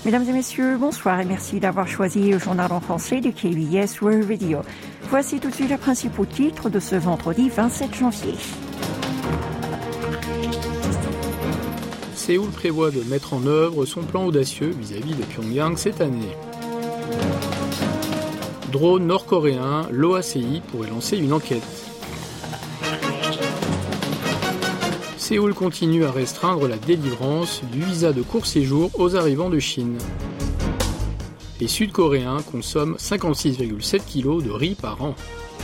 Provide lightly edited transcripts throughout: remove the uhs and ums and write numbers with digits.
Mesdames et messieurs, bonsoir et merci d'avoir choisi le journal en français du KBS World Radio. Voici tout de suite les principaux titres de ce vendredi 27 janvier. Séoul prévoit de mettre en œuvre son plan audacieux vis-à-vis de Pyongyang cette année. Drone nord-coréen, l'OACI pourrait lancer une enquête. Séoul continue à restreindre la délivrance du visa de court séjour aux arrivants de Chine. Les Sud-Coréens consomment 56,7 kg de riz par an.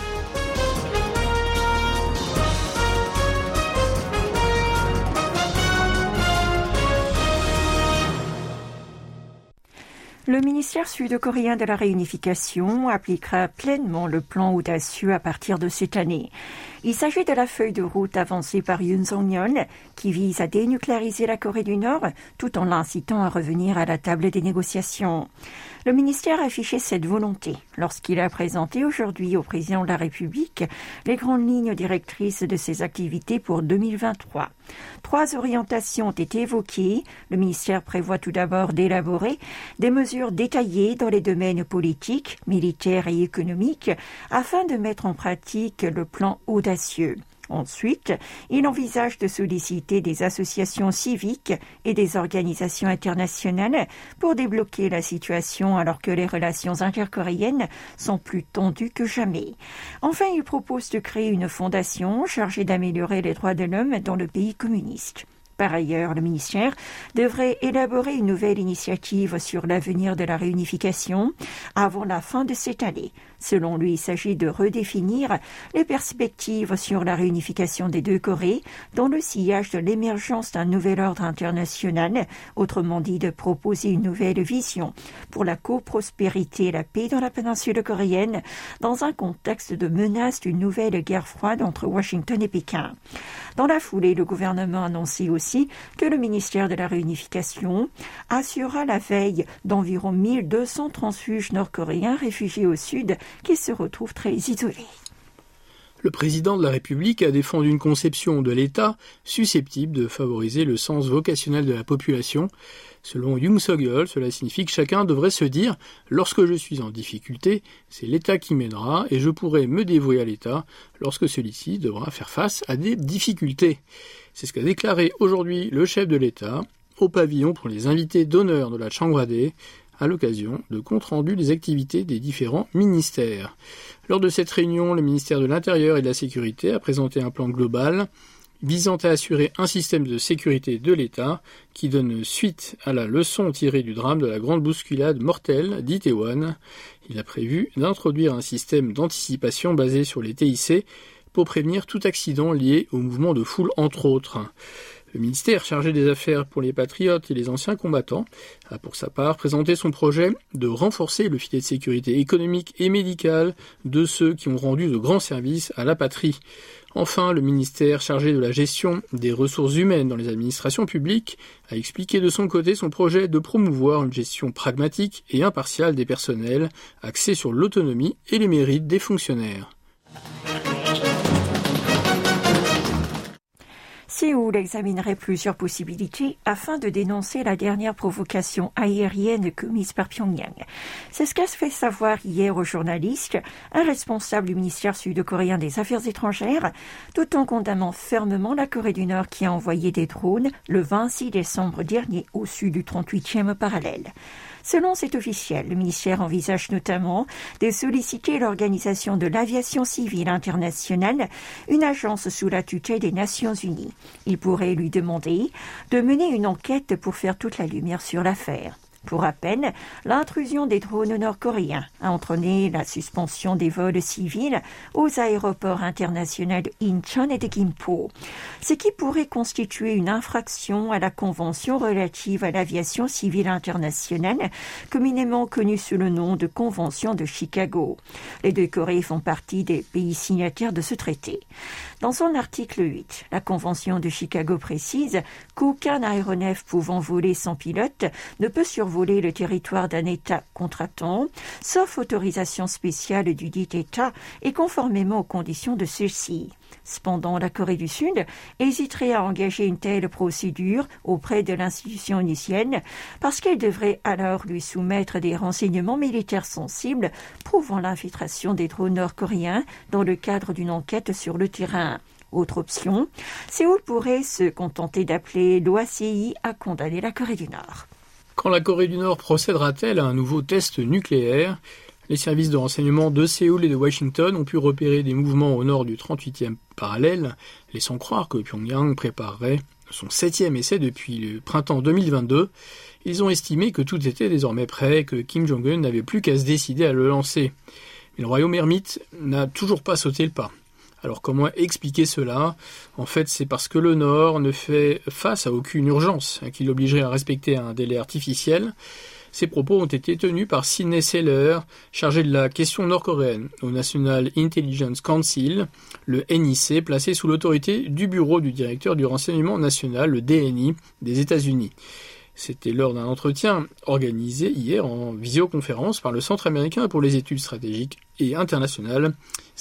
Le ministère sud-coréen de la réunification appliquera pleinement le plan audacieux à partir de cette année. Il s'agit de la feuille de route avancée par Yoon Song-yeol qui vise à dénucléariser la Corée du Nord tout en l'incitant à revenir à la table des négociations. Le ministère a affiché cette volonté lorsqu'il a présenté aujourd'hui au président de la République les grandes lignes directrices de ses activités pour 2023. 3 orientations ont été évoquées. Le ministère prévoit tout d'abord d'élaborer des mesures détaillées dans les domaines politiques, militaires et économiques afin de mettre en pratique le plan audacieux. Ensuite, il envisage de solliciter des associations civiques et des organisations internationales pour débloquer la situation alors que les relations intercoréennes sont plus tendues que jamais. Enfin, il propose de créer une fondation chargée d'améliorer les droits de l'homme dans le pays communiste. Par ailleurs, le ministère devrait élaborer une nouvelle initiative sur l'avenir de la réunification avant la fin de cette année. Selon lui, il s'agit de redéfinir les perspectives sur la réunification des deux Corées dans le sillage de l'émergence d'un nouvel ordre international, autrement dit de proposer une nouvelle vision pour la coprospérité et la paix dans la péninsule coréenne dans un contexte de menace d'une nouvelle guerre froide entre Washington et Pékin. Dans la foulée, le gouvernement a annoncé aussi que le ministère de la Réunification assurera la veille d'environ 1200 transfuges nord-coréens réfugiés au sud qui se retrouvent très isolés. Le président de la République a défendu une conception de l'État susceptible de favoriser le sens vocationnel de la population. Selon Yoon Song-yeol, cela signifie que chacun devrait se dire « Lorsque je suis en difficulté, c'est l'État qui m'aidera et je pourrai me dévouer à l'État lorsque celui-ci devra faire face à des difficultés ». C'est ce qu'a déclaré aujourd'hui le chef de l'État au pavillon pour les invités d'honneur de la Changhwadé à l'occasion de compte rendu des activités des différents ministères. Lors de cette réunion, le ministère de l'Intérieur et de la Sécurité a présenté un plan global visant à assurer un système de sécurité de l'État qui donne suite à la leçon tirée du drame de la grande bousculade mortelle d'Itaewon. Il a prévu d'introduire un système d'anticipation basé sur les TIC pour prévenir tout accident lié au mouvement de foule, entre autres. Le ministère chargé des affaires pour les patriotes et les anciens combattants a pour sa part présenté son projet de renforcer le filet de sécurité économique et médicale de ceux qui ont rendu de grands services à la patrie. Enfin, le ministère chargé de la gestion des ressources humaines dans les administrations publiques a expliqué de son côté son projet de promouvoir une gestion pragmatique et impartiale des personnels axée sur l'autonomie et les mérites des fonctionnaires. Séoul examinerait plusieurs possibilités afin de dénoncer la dernière provocation aérienne commise par Pyongyang. C'est ce qu'a fait savoir hier aux journalistes un responsable du ministère sud-coréen des Affaires étrangères, tout en condamnant fermement la Corée du Nord qui a envoyé des drones le 26 décembre dernier au sud du 38e parallèle. Selon cet officiel, le ministère envisage notamment de solliciter l'Organisation de l'aviation civile internationale, une agence sous la tutelle des Nations Unies. Il pourrait lui demander de mener une enquête pour faire toute la lumière sur l'affaire. Pour rappel, l'intrusion des drones nord-coréens a entraîné la suspension des vols civils aux aéroports internationaux de Incheon et de Gimpo, ce qui pourrait constituer une infraction à la Convention relative à l'aviation civile internationale, communément connue sous le nom de Convention de Chicago. Les deux Corées font partie des pays signataires de ce traité. Dans son article 8, la Convention de Chicago précise qu'aucun aéronef pouvant voler sans pilote ne peut survoler survoler le territoire d'un État contractant, sauf autorisation spéciale du dit État et conformément aux conditions de ceux-ci. Cependant, la Corée du Sud hésiterait à engager une telle procédure auprès de l'institution onusienne parce qu'elle devrait alors lui soumettre des renseignements militaires sensibles prouvant l'infiltration des drones nord-coréens dans le cadre d'une enquête sur le terrain. Autre option, Séoul pourrait se contenter d'appeler l'OACI à condamner la Corée du Nord. Quand la Corée du Nord procédera-t-elle à un nouveau test nucléaire ? Les services de renseignement de Séoul et de Washington ont pu repérer des mouvements au nord du 38e parallèle, laissant croire que Pyongyang préparerait son 7e essai depuis le printemps 2022. Ils ont estimé que tout était désormais prêt et que Kim Jong-un n'avait plus qu'à se décider à le lancer. Mais le royaume ermite n'a toujours pas sauté le pas. Alors comment expliquer cela ? En fait, c'est parce que le Nord ne fait face à aucune urgence qui l'obligerait à respecter un délai artificiel. Ces propos ont été tenus par Sidney Seller, chargé de la question nord-coréenne au National Intelligence Council, le NIC, placé sous l'autorité du bureau du directeur du renseignement national, le DNI, des États-Unis. C'était lors d'un entretien organisé hier en visioconférence par le Centre américain pour les études stratégiques et internationales,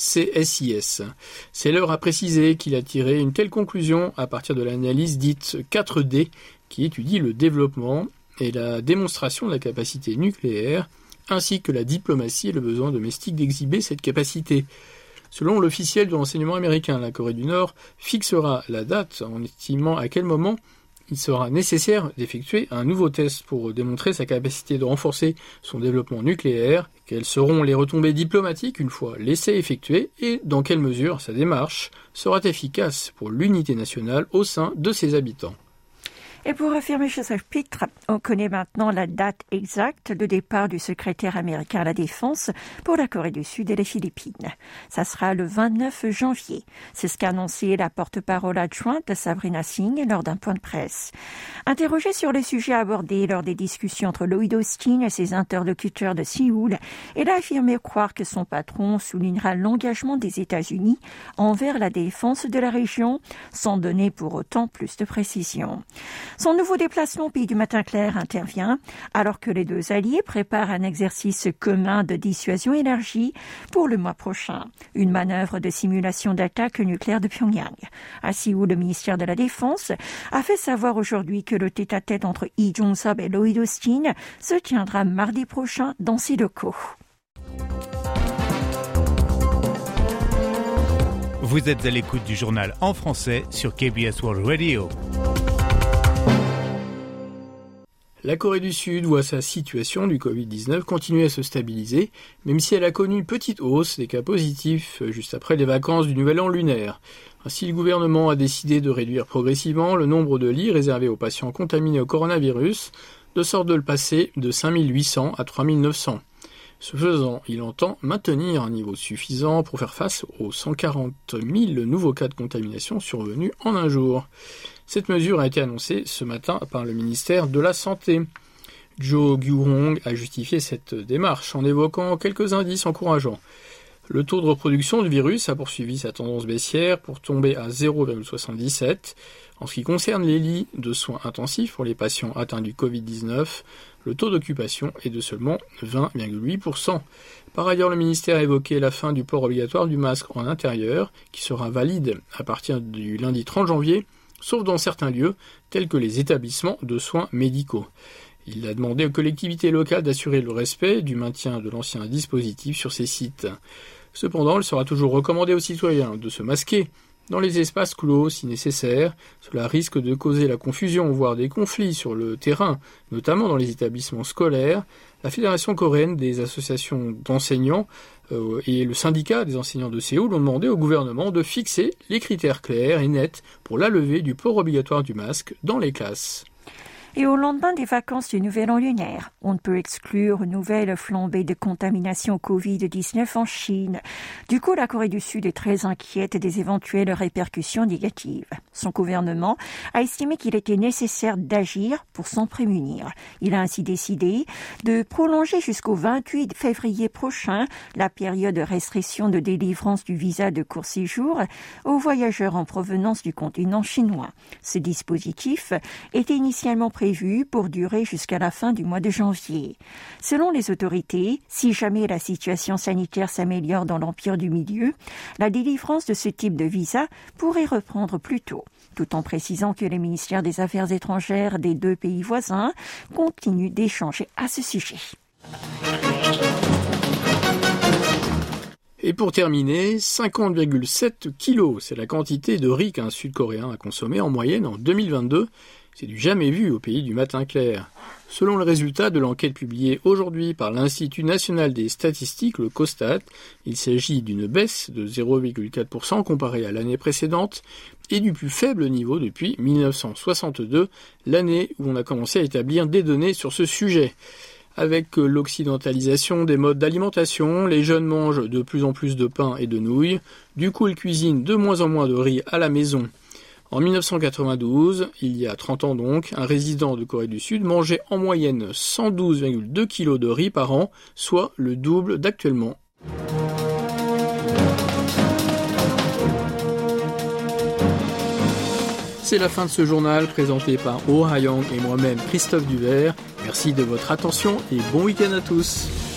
CSIS. Seller a précisé qu'il a tiré une telle conclusion à partir de l'analyse dite 4D qui étudie le développement et la démonstration de la capacité nucléaire, ainsi que la diplomatie et le besoin domestique d'exhiber cette capacité. Selon l'officiel du renseignement américain, la Corée du Nord fixera la date en estimant à quel moment il sera nécessaire d'effectuer un nouveau test pour démontrer sa capacité de renforcer son développement nucléaire, quelles seront les retombées diplomatiques une fois l'essai effectué et dans quelle mesure sa démarche sera efficace pour l'unité nationale au sein de ses habitants. Et pour affirmer ce chapitre, on connaît maintenant la date exacte de départ du secrétaire américain à la Défense pour la Corée du Sud et les Philippines. Ça sera le 29 janvier. C'est ce qu'a annoncé la porte-parole adjointe Sabrina Singh lors d'un point de presse. Interrogée sur les sujets abordés lors des discussions entre Lloyd Austin et ses interlocuteurs de Séoul, elle a affirmé croire que son patron soulignera l'engagement des États-Unis envers la défense de la région, sans donner pour autant plus de précision. Son nouveau déplacement au pays du matin clair intervient alors que les deux alliés préparent un exercice commun de dissuasion élargie pour le mois prochain, une manœuvre de simulation d'attaque nucléaire de Pyongyang. À Séoul, le ministère de la Défense a fait savoir aujourd'hui que le tête-à-tête entre Lee Jong-sub et Lloyd Austin se tiendra mardi prochain dans ses locaux. Vous êtes à l'écoute du journal en français sur KBS World Radio. La Corée du Sud voit sa situation du Covid-19 continuer à se stabiliser, même si elle a connu une petite hausse des cas positifs juste après les vacances du Nouvel An lunaire. Ainsi, le gouvernement a décidé de réduire progressivement le nombre de lits réservés aux patients contaminés au coronavirus, de sorte de le passer de 5800 à 3900. Ce faisant, il entend maintenir un niveau suffisant pour faire face aux 140 000 nouveaux cas de contamination survenus en un jour. Cette mesure a été annoncée ce matin par le ministère de la Santé. Jo Gyu-hong a justifié cette démarche en évoquant quelques indices encourageants. Le taux de reproduction du virus a poursuivi sa tendance baissière pour tomber à 0,77. En ce qui concerne les lits de soins intensifs pour les patients atteints du Covid-19, le taux d'occupation est de seulement 20,8%. Par ailleurs, le ministère a évoqué la fin du port obligatoire du masque en intérieur, qui sera valide à partir du lundi 30 janvier, sauf dans certains lieux, tels que les établissements de soins médicaux. Il a demandé aux collectivités locales d'assurer le respect du maintien de l'ancien dispositif sur ces sites. Cependant, il sera toujours recommandé aux citoyens de se masquer dans les espaces clos si nécessaire. Cela risque de causer la confusion, voire des conflits sur le terrain, notamment dans les établissements scolaires. La Fédération coréenne des associations d'enseignants et le syndicat des enseignants de Séoul ont demandé au gouvernement de fixer les critères clairs et nets pour la levée du port obligatoire du masque dans les classes. Et au lendemain des vacances du Nouvel An lunaire, on ne peut exclure une nouvelle flambée de contamination au Covid-19 en Chine. Du coup, la Corée du Sud est très inquiète des éventuelles répercussions négatives. Son gouvernement a estimé qu'il était nécessaire d'agir pour s'en prémunir. Il a ainsi décidé de prolonger jusqu'au 28 février prochain la période de restriction de délivrance du visa de court séjour aux voyageurs en provenance du continent chinois. Ce dispositif était initialement prévu pour durer jusqu'à la fin du mois de janvier. Selon les autorités, si jamais la situation sanitaire s'améliore dans l'Empire du Milieu, la délivrance de ce type de visa pourrait reprendre plus tôt, tout en précisant que les ministères des Affaires étrangères des deux pays voisins continuent d'échanger à ce sujet. Et pour terminer, 50,7 kilos, c'est la quantité de riz qu'un Sud-Coréen a consommé en moyenne en 2022. C'est du jamais vu au pays du matin clair. Selon le résultat de l'enquête publiée aujourd'hui par l'Institut national des statistiques, le COSTAT, il s'agit d'une baisse de 0,4% comparée à l'année précédente et du plus faible niveau depuis 1962, l'année où on a commencé à établir des données sur ce sujet. Avec l'occidentalisation des modes d'alimentation, les jeunes mangent de plus en plus de pain et de nouilles. Du coup, ils cuisinent de moins en moins de riz à la maison. En 1992, il y a 30 ans donc, un résident de Corée du Sud mangeait en moyenne 112,2 kg de riz par an, soit le double d'actuellement. C'est la fin de ce journal présenté par Oh Ha-young et moi-même Christophe Duvert. Merci de votre attention et bon week-end à tous.